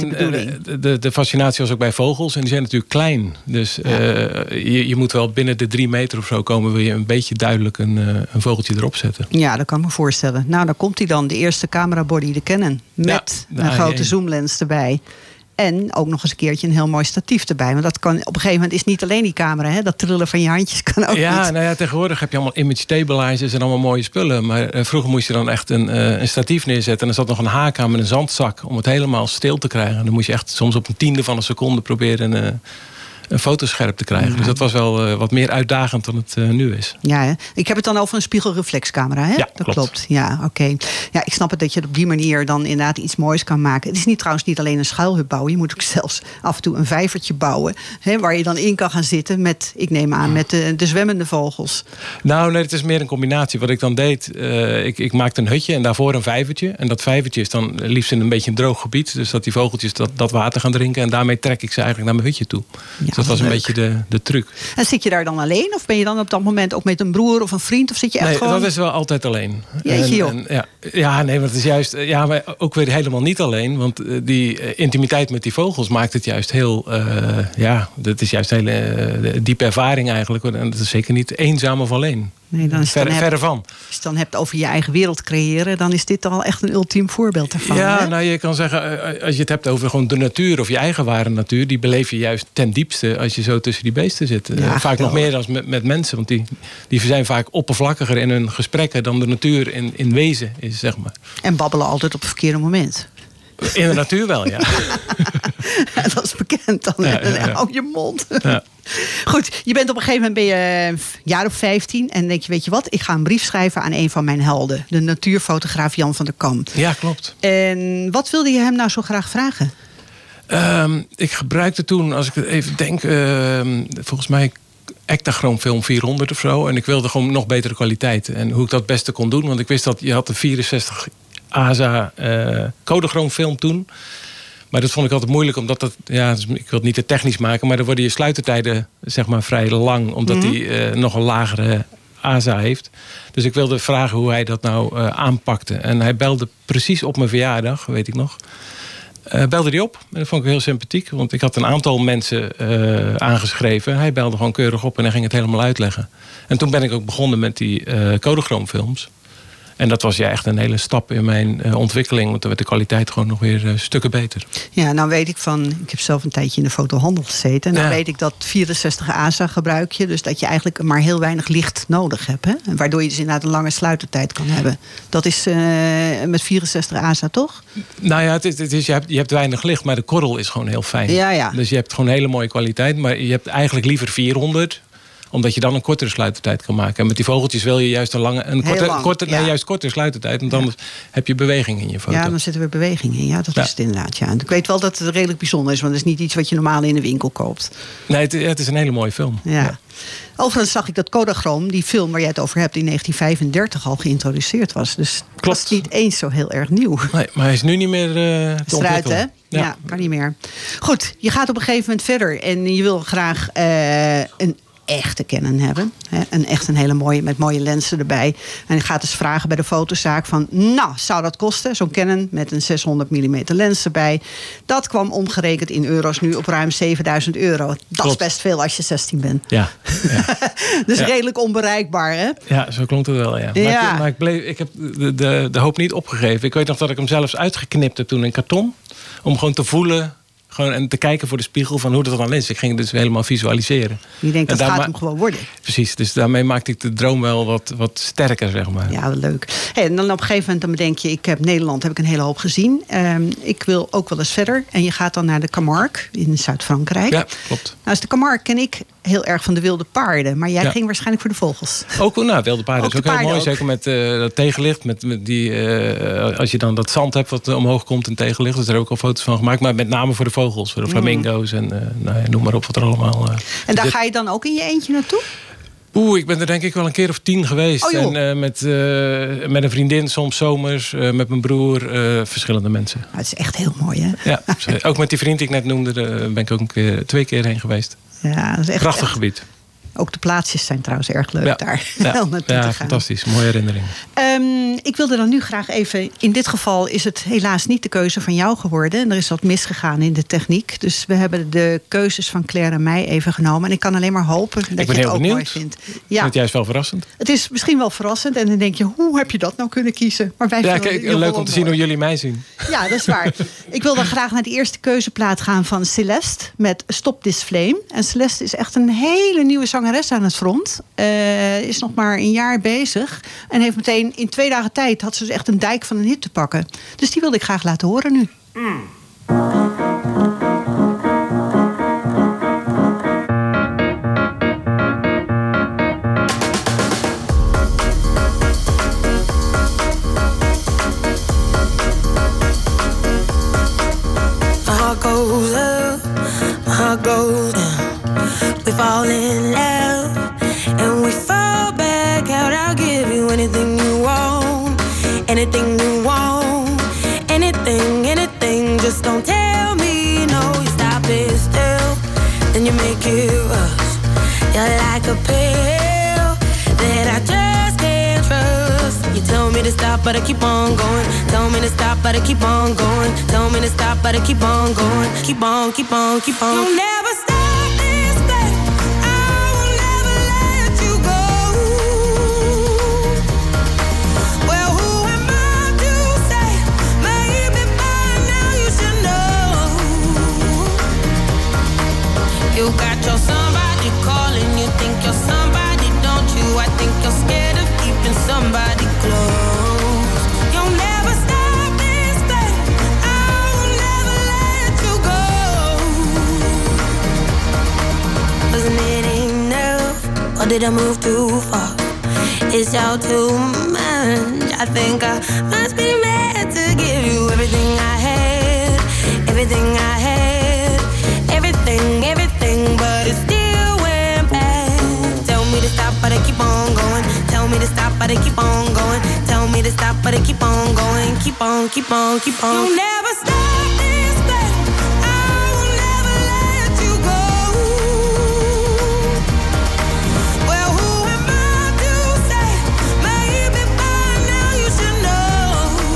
de fascinatie was ook bij vogels. En die zijn natuurlijk klein. Dus je moet wel binnen de 3 meter of zo komen. Wil je een beetje duidelijk een vogeltje erop zetten. Ja, dat kan ik me voorstellen. Nou, dan komt hij dan. De eerste camerabody, de Canon. Met een grote zoomlens erbij. En ook nog eens een keertje een heel mooi statief erbij. Want dat kan op een gegeven moment is niet alleen die camera. Hè? Dat trillen van je handjes kan ook niet. Nou ja, tegenwoordig heb je allemaal image stabilizers en allemaal mooie spullen. Maar vroeger moest je dan echt een statief neerzetten. En er zat nog een haak aan met een zandzak om het helemaal stil te krijgen. En dan moest je echt soms op een 10e van een seconde proberen een foto scherp te krijgen. Dus dat was wel wat meer uitdagend dan het nu is. Ja, hè? Ik heb het dan over een spiegelreflexcamera, hè? Ja, dat klopt. Ja, oké. Ja, ik snap het dat je op die manier dan inderdaad iets moois kan maken. Het is trouwens niet alleen een schuilhut bouwen. Je moet ook zelfs af en toe een vijvertje bouwen. Hè, waar je dan in kan gaan zitten met, ik neem aan, met de zwemmende vogels. Nou, nee, het is meer een combinatie. Wat ik dan deed, ik maakte een hutje en daarvoor een vijvertje. En dat vijvertje is dan liefst in een beetje een droog gebied. Dus dat die vogeltjes dat water gaan drinken. En daarmee trek ik ze eigenlijk naar mijn hutje toe. Ja, dus dat was een beetje de truc. En zit je daar dan alleen? Of ben je dan op dat moment ook met een broer of een vriend? Of zit je echt gewoon... dat is wel altijd alleen. Jeetje, joh. Ja, nee, maar het is juist... Ja, maar ook weer helemaal niet alleen. Want die intimiteit met die vogels maakt het juist heel... dat is juist een hele diepe ervaring eigenlijk. En dat is zeker niet eenzaam of alleen. Nee, dan is verre van. Als je het dan hebt over je eigen wereld creëren, dan is dit al echt een ultiem voorbeeld daarvan. Ja, hè? nou je kan zeggen, als je het hebt over gewoon de natuur of je eigen ware natuur, die beleef je juist ten diepste als je zo tussen die beesten zit. Ja, vaak nog meer dan met mensen, want die zijn vaak oppervlakkiger in hun gesprekken dan de natuur in wezen is, zeg maar. En babbelen altijd op het verkeerde moment. In de natuur wel, ja. Dat is bekend dan. Ja. Hou je mond. Ja. Goed, je bent op een gegeven moment een jaar of 15 en denk je, weet je wat, ik ga een brief schrijven aan een van mijn helden. De natuurfotograaf Jan van der Kam. Ja, klopt. En wat wilde je hem nou zo graag vragen? Ik gebruikte toen, als ik het even denk, volgens mij Ektachroomfilm 400 of zo. En ik wilde gewoon nog betere kwaliteit. En hoe ik dat het beste kon doen, want ik wist dat je had de 64 ASA Kodachroomfilm toen. Maar dat vond ik altijd moeilijk, omdat dat... Ja, ik wil het niet te technisch maken, maar dan worden je sluitertijden zeg maar vrij lang, omdat hij nog een lagere ASA heeft. Dus ik wilde vragen hoe hij dat nou aanpakte. En hij belde precies op mijn verjaardag, weet ik nog. Belde hij op. En dat vond ik heel sympathiek, want ik had een aantal mensen aangeschreven. Hij belde gewoon keurig op en hij ging het helemaal uitleggen. En toen ben ik ook begonnen met die Kodachroomfilms. En dat was echt een hele stap in mijn ontwikkeling. Want dan werd de kwaliteit gewoon nog weer stukken beter. Ja, nou weet ik ik heb zelf een tijdje in de fotohandel gezeten. En dan weet ik dat 64 ASA gebruik je. Dus dat je eigenlijk maar heel weinig licht nodig hebt. Hè? En waardoor je dus inderdaad een lange sluitertijd kan hebben. Dat is met 64 ASA, toch? Nou ja, je hebt weinig licht, maar de korrel is gewoon heel fijn. Ja. Dus je hebt gewoon hele mooie kwaliteit. Maar je hebt eigenlijk liever 400... omdat je dan een kortere sluitertijd kan maken. En met die vogeltjes wil je juist kortere sluitertijd. Want anders heb je beweging in je foto. Ja, dan zit er weer beweging in. Ja, dat is het inderdaad. Ja. En ik weet wel dat het redelijk bijzonder is. Want het is niet iets wat je normaal in de winkel koopt. Nee, het is een hele mooie film. Ja. Overigens zag ik dat Kodachroom, die film waar jij het over hebt, in 1935 al geïntroduceerd was. Dus het was niet eens zo heel erg nieuw. Nee, maar hij is nu niet meer te ontwikkelen. Hè? Ja, kan niet meer. Goed, je gaat op een gegeven moment verder. En je wil graag een echte Canon hebben. Een hele mooie, met mooie lenzen erbij. En je gaat dus vragen bij de fotozaak van... nou, zou dat kosten? Zo'n Canon met een 600 mm lens erbij. Dat kwam omgerekend in euro's nu op ruim €7.000. Dat is best veel als je 16 bent. Ja. Dus redelijk onbereikbaar, hè? Ja, zo klonk het wel, ja. Maar ik heb de hoop niet opgegeven. Ik weet nog dat ik hem zelfs uitgeknipt heb toen in karton. Om gewoon te voelen... en te kijken voor de spiegel van hoe dat dan is. Ik ging het dus helemaal visualiseren. Je denkt, dat gaat hem gewoon worden. Precies, dus daarmee maakte ik de droom wel wat sterker, zeg maar. Ja, leuk. En dan op een gegeven moment dan bedenk je... Nederland heb ik een hele hoop gezien. Ik wil ook wel eens verder. En je gaat dan naar de Camargue in Zuid-Frankrijk. Ja, klopt. Nou, de Camargue ken ik heel erg van de wilde paarden. Maar jij ging waarschijnlijk voor de vogels. Ook, wilde paarden is ook heel mooi. Ook. Zeker met dat tegenlicht. Met die, als je dan dat zand hebt wat omhoog komt in tegenlicht. Dus er ook al foto's van gemaakt. Maar met name voor de vogels. Voor de flamingo's en noem maar op wat er allemaal... en daar ga je dan ook in je eentje naartoe? Ik ben er denk ik wel een keer of 10 geweest. En met een vriendin soms zomers. Met mijn broer. Verschillende mensen. Het is echt heel mooi, hè? Ja, ook met die vriend die ik net noemde. Ben ik ook 2 keer heen geweest. Ja, dat is echt prachtig gebied. Ook de plaatsjes zijn trouwens erg leuk daar. Ja, fantastisch. Mooie herinnering. Ik wilde dan nu graag even... In dit geval is het helaas niet de keuze van jou geworden. Er is wat misgegaan in de techniek. Dus we hebben de keuzes van Claire en mij even genomen. En ik kan alleen maar hopen dat je het ook mooi vindt. Ja. Ik vind het juist wel verrassend. Het is misschien wel verrassend. En dan denk je, hoe heb je dat nou kunnen kiezen? Maar wij leuk om te zien hoe jullie mij zien. Ja, dat is waar. Ik wil dan graag naar de eerste keuzeplaat gaan van Celeste. Met Stop This Flame. En Celeste is echt een hele nieuwe zangeres aan het front. Is nog maar een jaar bezig. En heeft meteen in 2 dagen tijd had ze dus echt een dijk van een hit te pakken. Dus die wilde ik graag laten horen nu. My heart goes up, my heart goes down. We fall in love and we fall back out. I'll give you anything you want, anything you want, anything. Just don't tell me no. You stop it still, then you make it rush. You're like a pill that I just can't trust. You tell me to stop, but I keep on going. Tell me to stop, but I keep on going. Tell me to stop, but I keep on going. Keep on, keep on, keep on. You'll never stop. You got your somebody calling, you think you're somebody, don't you? I think you're scared of keeping somebody close. You'll never stop this thing, I will never let you go. Wasn't it enough, or did I move too far? Is y'all too much? I think I must be mad to give you everything I had, everything I had, everything, but it still went bad. Tell me to stop, but I keep on going. Tell me to stop, but I keep on going. Tell me to stop, but I keep on going. Keep on, keep on, keep on. You'll never stop this thing, I will never let you go. Well, who am I to say? Maybe by now you should know.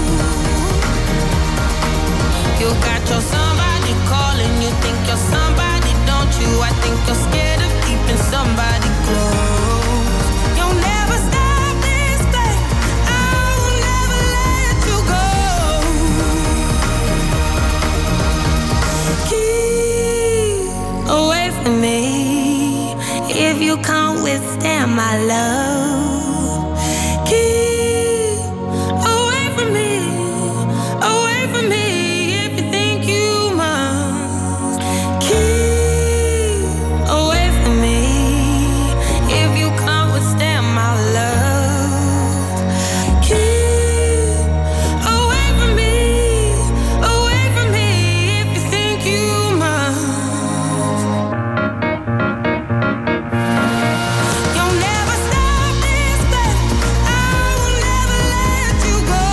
You got your somebody calling, you think you're somebody, don't you? I think you're scared of keeping somebody close. You'll never stop this thing, I will withstand my love. Keep away from me, away from me. If you think you must, keep away from me. If you can't withstand my love, keep away from me, away from me. If you think you must. You'll never stop this pain. I will never let you go.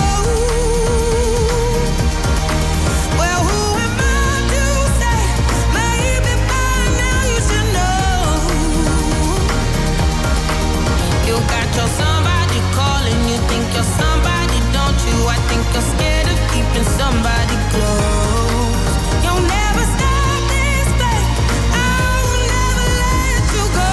Well, who am I to say? Maybe by now you should know. You got your somebody calling. You think you're somebody, don't you? I think you're scared of keeping somebody close. You'll never stop this pain. I will never let you go.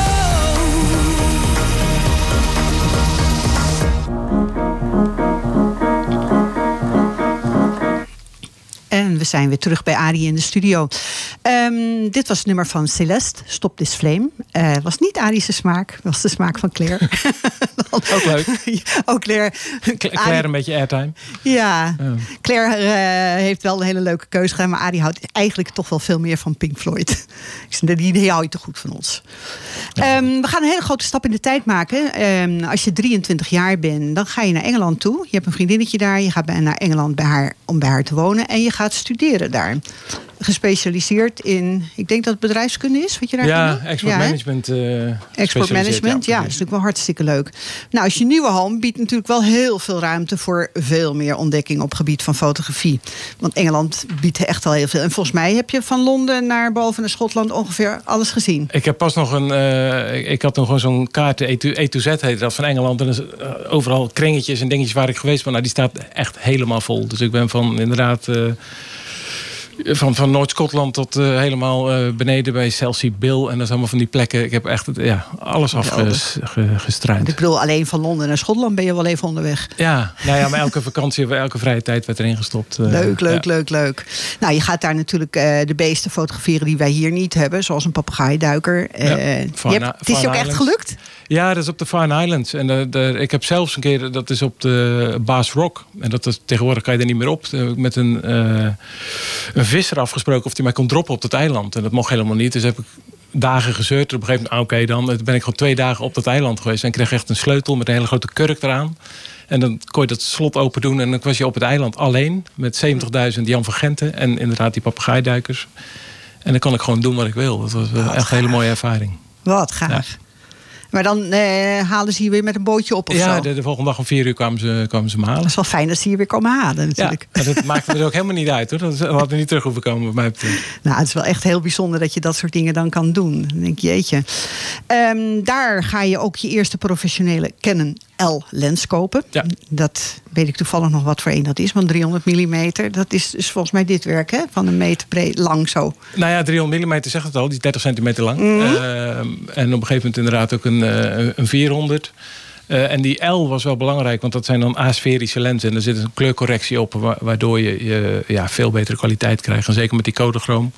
En we zijn weer terug bij Arie in de studio. Dit was het nummer van Celeste, Stop This Flame. Was niet Arie's smaak, was de smaak van Claire. Ook leuk. Ook Claire. Claire een beetje airtime. Ja, Claire heeft wel een hele leuke keuze gedaan. Maar Arie houdt eigenlijk toch wel veel meer van Pink Floyd. Die hou je te goed van ons. We gaan een hele grote stap in de tijd maken. Als je 23 jaar bent, dan ga je naar Engeland toe. Je hebt een vriendinnetje daar. Je gaat naar Engeland om bij haar te wonen. En je gaat studeren daar. Gespecialiseerd in, ik denk dat het bedrijfskunde is, wat je daar gaat doen? Export management. Export management, ja, dat is natuurlijk wel hartstikke leuk. Nou, als je nieuwe home biedt natuurlijk wel heel veel ruimte voor veel meer ontdekking op het gebied van fotografie. Want Engeland biedt echt al heel veel. En volgens mij heb je van Londen naar boven naar Schotland ongeveer alles gezien. Ik heb pas nog ik had nog gewoon zo'n kaart, E to Z heette dat, van Engeland. En er is overal kringetjes en dingetjes waar ik geweest ben. Nou, die staat echt helemaal vol. Dus ik ben van inderdaad van Noord-Schotland tot helemaal beneden bij Chelsea Bill. En dat is allemaal van die plekken. Ik heb echt alles afgestruind. Ik bedoel, alleen van Londen naar Schotland ben je wel even onderweg. Ja, nou ja, maar elke vakantie, elke vrije tijd werd erin gestopt. Leuk. Nou, je gaat daar natuurlijk de beesten fotograferen die wij hier niet hebben. Zoals een papegaaiduiker. Het is je ook echt gelukt? Ja, dat is op de Farne Islands. En ik heb zelfs een keer, dat is op de Bass Rock. En dat is, tegenwoordig kan je er niet meer op. Met een visser afgesproken of hij mij kon droppen op dat eiland. En dat mocht helemaal niet. Dus heb ik dagen gezeurd. Op een gegeven moment, oké, dan ben ik gewoon 2 dagen op dat eiland geweest. En ik kreeg echt een sleutel met een hele grote kurk eraan. En dan kon je dat slot open doen. En dan was je op het eiland alleen. Met 70.000 Jan van Genten. En inderdaad die papegaaiduikers. En dan kon ik gewoon doen wat ik wil. Dat was echt een hele mooie ervaring. Wat gaaf. Ja. Maar dan halen ze je weer met een bootje op of zo? Ja, de volgende dag om 4 uur kwamen ze me halen. Dat is wel fijn dat ze je weer komen halen natuurlijk. Ja, maar dat maakte me ook helemaal niet uit, hoor. Dat hadden we niet terug hoeven komen, wat mij betreft. Nou, het is wel echt heel bijzonder dat je dat soort dingen dan kan doen. Dan denk je, jeetje. Daar ga je ook je eerste professionele Canon L-lens kopen. Ja. Dat weet ik toevallig nog wat voor een dat is. Want 300 mm, dat is dus volgens mij dit werk, hè? Van 1 meter breed, lang zo. Nou ja, 300 mm zegt het al. Die is 30 centimeter lang. En op een gegeven moment inderdaad ook een 400. En die L was wel belangrijk, want dat zijn dan asferische lenzen. En er zit een kleurcorrectie op, waardoor je veel betere kwaliteit krijgt. En zeker met die Kodachroom.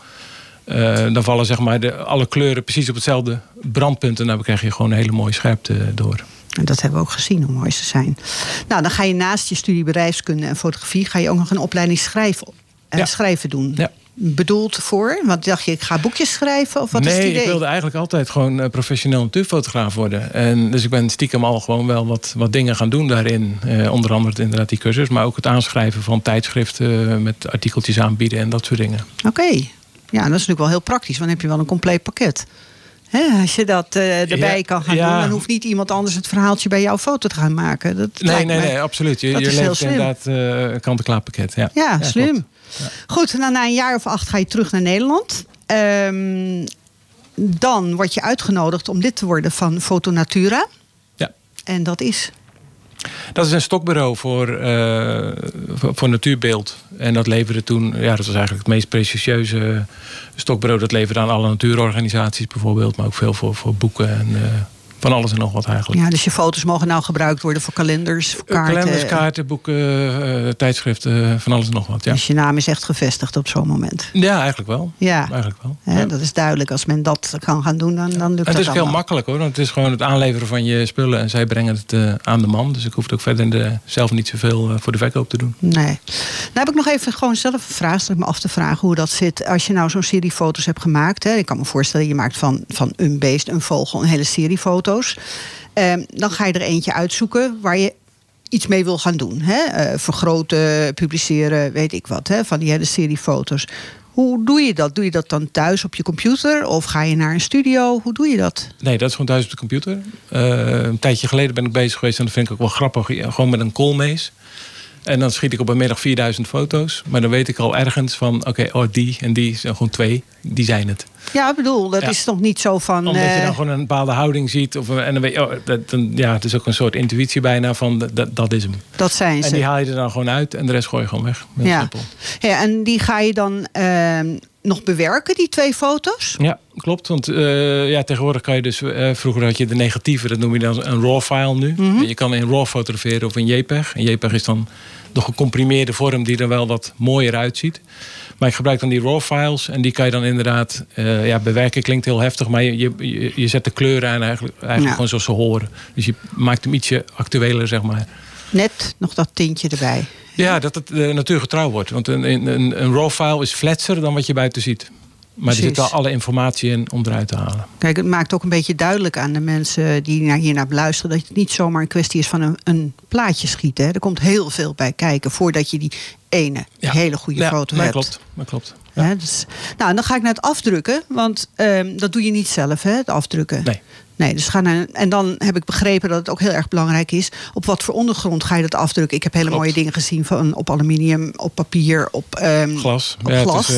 Dan vallen zeg maar alle kleuren precies op hetzelfde brandpunt. En dan krijg je gewoon een hele mooie scherpte door. En dat hebben we ook gezien, hoe mooi ze zijn. Nou, dan ga je naast je studie bedrijfskunde en fotografie ga je ook nog een opleiding schrijven doen. Ja. Bedoeld voor? Want dacht je, ik ga boekjes schrijven? Of wat is het idee? Nee, ik wilde eigenlijk altijd gewoon professioneel natuurfotograaf worden. En dus ik ben stiekem al gewoon wel wat dingen gaan doen daarin. Onder andere inderdaad die cursus, maar ook het aanschrijven van tijdschriften met artikeltjes aanbieden en dat soort dingen. Oké. Ja, dat is natuurlijk wel heel praktisch, want dan heb je wel een compleet pakket. Als je dat erbij kan gaan doen, dan hoeft niet iemand anders het verhaaltje bij jouw foto te gaan maken. Nee, absoluut. Je levert inderdaad een kant-en-klaar pakket. Ja, slim. Ja. Goed, na een jaar of 8 ga je terug naar Nederland. Dan word je uitgenodigd om lid te worden van Fotonatura. Ja. En dat is? Dat is een stokbureau voor natuurbeeld. En dat leverde toen, dat was eigenlijk het meest prestigieuze stokbureau. Dat leverde aan alle natuurorganisaties bijvoorbeeld. Maar ook veel voor boeken en Van alles en nog wat eigenlijk. Ja, dus je foto's mogen nou gebruikt worden voor kalenders, voor kaarten. Kalenders, kaarten, boeken, tijdschriften, van alles en nog wat. Ja. Dus je naam is echt gevestigd op zo'n moment. Ja, eigenlijk wel. Ja, Eigenlijk wel. hè, Ja. dat is duidelijk. Als men dat kan gaan doen, dan lukt dat Het is ook heel allemaal. makkelijk hoor. Want het is gewoon het aanleveren van je spullen. En zij brengen het aan de man. Dus ik hoef ook verder zelf niet zoveel voor de verkoop te doen. Nee. Nou heb ik nog even gewoon zelf een vraag. Stel ik me af te vragen hoe dat zit. Als je nou zo'n serie foto's hebt gemaakt. Hè, ik kan me voorstellen, je maakt van een beest, een vogel, een hele serie foto's. Dan ga je er eentje uitzoeken waar je iets mee wil gaan doen. Hè? Vergroten, publiceren, weet ik wat. Hè? Van die hele serie foto's. Hoe doe je dat? Doe je dat dan thuis op je computer? Of ga je naar een studio? Hoe doe je dat? Nee, dat is gewoon thuis op de computer. Een tijdje geleden ben ik bezig geweest. En dat vind ik ook wel grappig. Gewoon met een koolmees. En dan schiet ik op een middag 4000 foto's. Maar dan weet ik al ergens van... Oké, die en die zijn gewoon 2. Die zijn het. Ja, ik bedoel, dat is toch niet zo van... Omdat je dan gewoon een bepaalde houding ziet. En dan weet je, het is ook een soort intuïtie bijna van... Dat is hem. Dat zijn ze. En die haal je er dan gewoon uit. En de rest gooi je gewoon weg. Heel simpel. Ja, en die ga je dan nog bewerken, die 2 foto's? Ja, klopt. Want tegenwoordig kan je dus... vroeger had je de negatieve, dat noem je dan een RAW file nu. En je kan in RAW fotograferen of in JPEG. En JPEG is dan de gecomprimeerde vorm die er wel wat mooier uitziet. Maar ik gebruik dan die RAW files en die kan je dan inderdaad... bewerken klinkt heel heftig, maar je zet de kleuren aan eigenlijk gewoon zoals ze horen. Dus je maakt hem ietsje actueler, zeg maar. Net nog dat tintje erbij. Ja, dat het natuurgetrouw wordt. Want een RAW file is flatser dan wat je buiten ziet. Maar er zit wel alle informatie in om eruit te halen. Kijk, het maakt ook een beetje duidelijk aan de mensen die hiernaar beluisteren... dat het niet zomaar een kwestie is van een plaatje schieten. Hè. Er komt heel veel bij kijken voordat je die ene hele goede foto hebt. Dat klopt. Ja. Ja, dus, nou, dan ga ik naar het afdrukken. Want dat doe je niet zelf, hè, het afdrukken. Nee, dus en dan heb ik begrepen dat het ook heel erg belangrijk is... op wat voor ondergrond ga je dat afdrukken. Ik heb hele mooie dingen gezien van op aluminium, op papier, op glas. Op glas.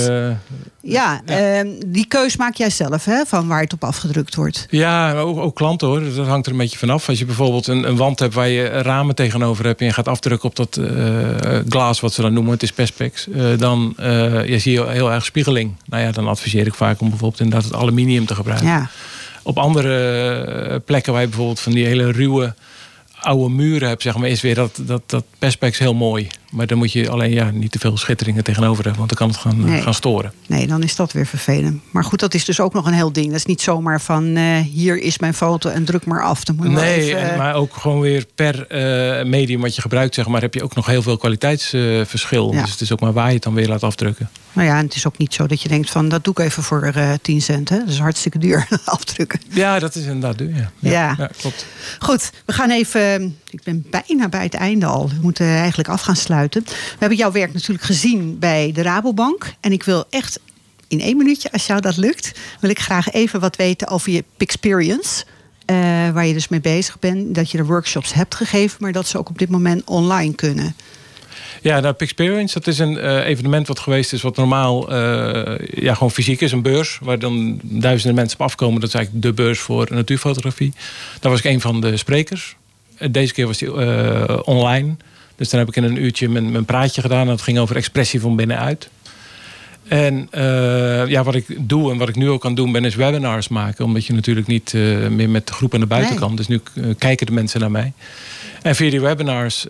Die keus maak jij zelf, hè, van waar het op afgedrukt wordt. Ja, ook klanten hoor. Dat hangt er een beetje vanaf. Als je bijvoorbeeld een wand hebt waar je ramen tegenover hebt... en je gaat afdrukken op dat glas, wat ze dan noemen, het is perspex... dan zie je heel erg spiegeling. Nou ja, dan adviseer ik vaak om bijvoorbeeld inderdaad het aluminium te gebruiken. Ja. Op andere plekken waar je bijvoorbeeld van die hele ruwe oude muren hebt, zeg maar, is weer dat perspex heel mooi. Maar dan moet je alleen niet te veel schitteringen tegenover hebben, want dan kan het gaan storen. Nee, dan is dat weer vervelend. Maar goed, dat is dus ook nog een heel ding. Dat is niet zomaar van hier is mijn foto en druk maar af. Dan moet je maar ook gewoon weer per medium wat je gebruikt, zeg maar, heb je ook nog heel veel kwaliteitsverschil. Dus het is ook maar waar je het dan weer laat afdrukken. Nou ja, en het is ook niet zo dat je denkt van dat doe ik even voor 10 cent. Hè? Dat is hartstikke duur afdrukken. Ja, dat is inderdaad duur. Ja, klopt. Goed, we gaan even... Ik ben bijna bij het einde al. We moeten eigenlijk af gaan sluiten. We hebben jouw werk natuurlijk gezien bij de Rabobank. En ik wil echt in 1 minuutje, als jou dat lukt... wil ik graag even wat weten over je Pixperience. Waar je dus mee bezig bent. Dat je de workshops hebt gegeven, maar dat ze ook op dit moment online kunnen. Ja, nou, Pixperience, dat is een evenement wat geweest is... wat normaal gewoon fysiek is, een beurs... waar dan duizenden mensen op afkomen. Dat is eigenlijk de beurs voor natuurfotografie. Daar was ik een van de sprekers. Deze keer was die online. Dus dan heb ik in een uurtje mijn praatje gedaan. Dat ging over expressie van binnenuit. En wat ik doe en wat ik nu ook aan doen ben... is webinars maken. Omdat je natuurlijk niet meer met de groep aan de buitenkant. Dus nu kijken de mensen naar mij. En via die webinars...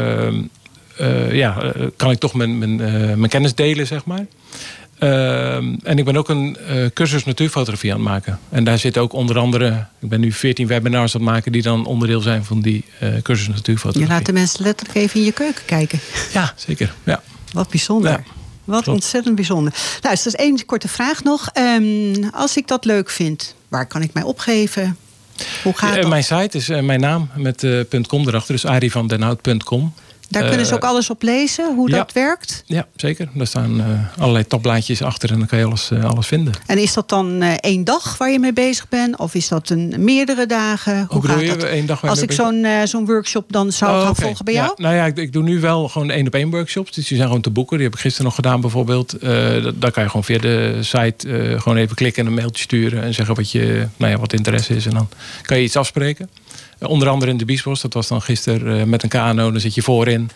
kan ik toch mijn kennis delen, zeg maar. En ik ben ook een cursus natuurfotografie aan het maken. En daar zit ook onder andere... Ik ben nu 14 webinars aan het maken... die dan onderdeel zijn van die cursus natuurfotografie. Je laat de mensen letterlijk even in je keuken kijken. Ja, zeker. Ja. Wat bijzonder. Ja. Wat ontzettend bijzonder. Nou, dus dat is 1 korte vraag nog. Als ik dat leuk vind, waar kan ik mij opgeven? Hoe gaat dat? Mijn site is mijn naam met .com erachter. Dus arievandenhout.com. Daar kunnen ze ook alles op lezen, hoe dat werkt? Ja, zeker. Daar staan allerlei tabblaadjes achter en dan kan je alles vinden. En is dat dan 1 dag waar je mee bezig bent? Of is dat meerdere dagen? Hoe gaat dat? 1 dag als ik zo'n workshop dan zou gaan volgen bij jou? Nou ja, ik doe nu wel gewoon 1-op-1 workshops. Dus die zijn gewoon te boeken. Die heb ik gisteren nog gedaan bijvoorbeeld. Daar kan je gewoon via de site gewoon even klikken en een mailtje sturen. En zeggen wat interesse is. En dan kan je iets afspreken. Onder andere in de Biesbos. Dat was dan gisteren met een kano. Dan zit je voorin.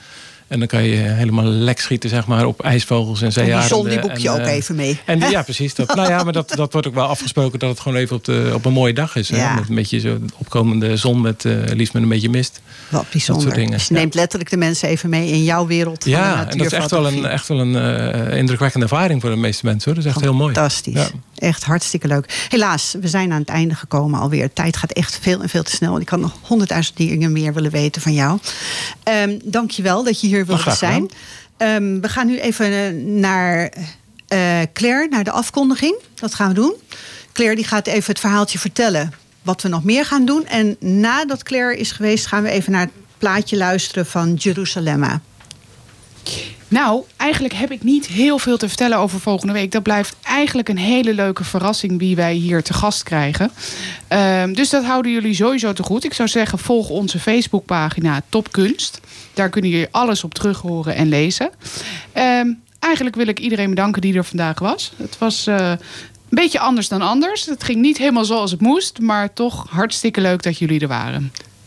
En dan kan je helemaal lek schieten, zeg maar, op ijsvogels en zeearenden. Die zon, die boek je ook even mee. Ja, precies. Maar dat wordt ook wel afgesproken dat het gewoon even op een mooie dag is. Ja. Hè? Met een beetje zo opkomende zon, liefst met een beetje mist. Wat bijzonder. Dus je neemt letterlijk de mensen even mee in jouw wereld van de natuurfotografie. En dat is echt wel een indrukwekkende ervaring voor de meeste mensen, hoor. Dat is echt heel mooi. Fantastisch. Ja. Echt hartstikke leuk. Helaas, we zijn aan het einde gekomen alweer. De tijd gaat echt veel en veel te snel. Ik had nog 100.000 dingen meer willen weten van jou. Dank je wel dat je hier wilde zijn. We gaan nu even naar Claire, naar de afkondiging. Dat gaan we doen. Claire die gaat even het verhaaltje vertellen wat we nog meer gaan doen. En nadat Claire is geweest, gaan we even naar het plaatje luisteren van Jeruzalemma. Nou, eigenlijk heb ik niet heel veel te vertellen over volgende week. Dat blijft eigenlijk een hele leuke verrassing wie wij hier te gast krijgen. Dus dat houden jullie sowieso te goed. Ik zou zeggen, volg onze Facebookpagina Topkunst. Daar kunnen jullie alles op terug horen en lezen. Eigenlijk wil ik iedereen bedanken die er vandaag was. Het was een beetje anders dan anders. Het ging niet helemaal zoals het moest, maar toch hartstikke leuk dat jullie er waren.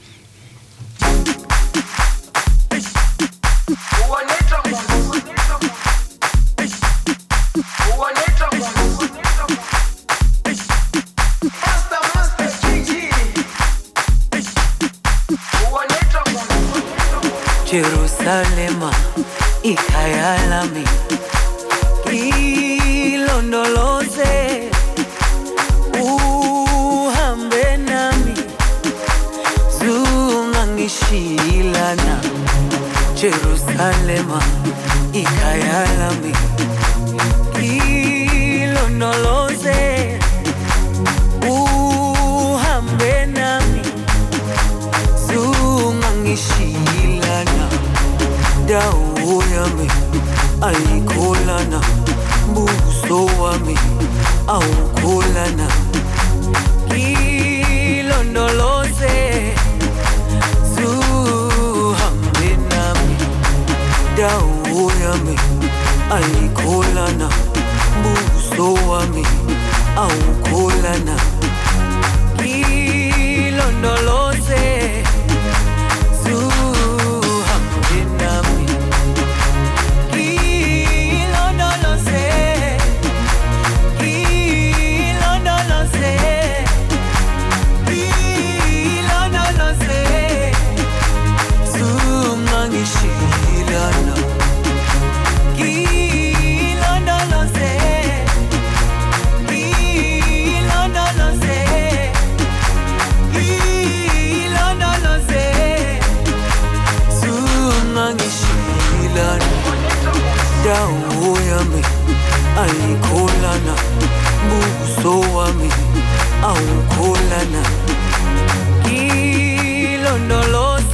Jerusalema, ikhaya lami, ilondoloze, uhambe nami, zungangishilana. Jerusalema, ikhaya lami, ilondoloze, uhambe nami, zungangishilana. Dawo yami ayikholana, buso wami awukholana. Ilondoloze, zuhambe nami. Dawo yami ayikholana, buso wami awukholana. Ilondoloze, dawo yami ayikholana, buso wami awukholana. Ilondoloze.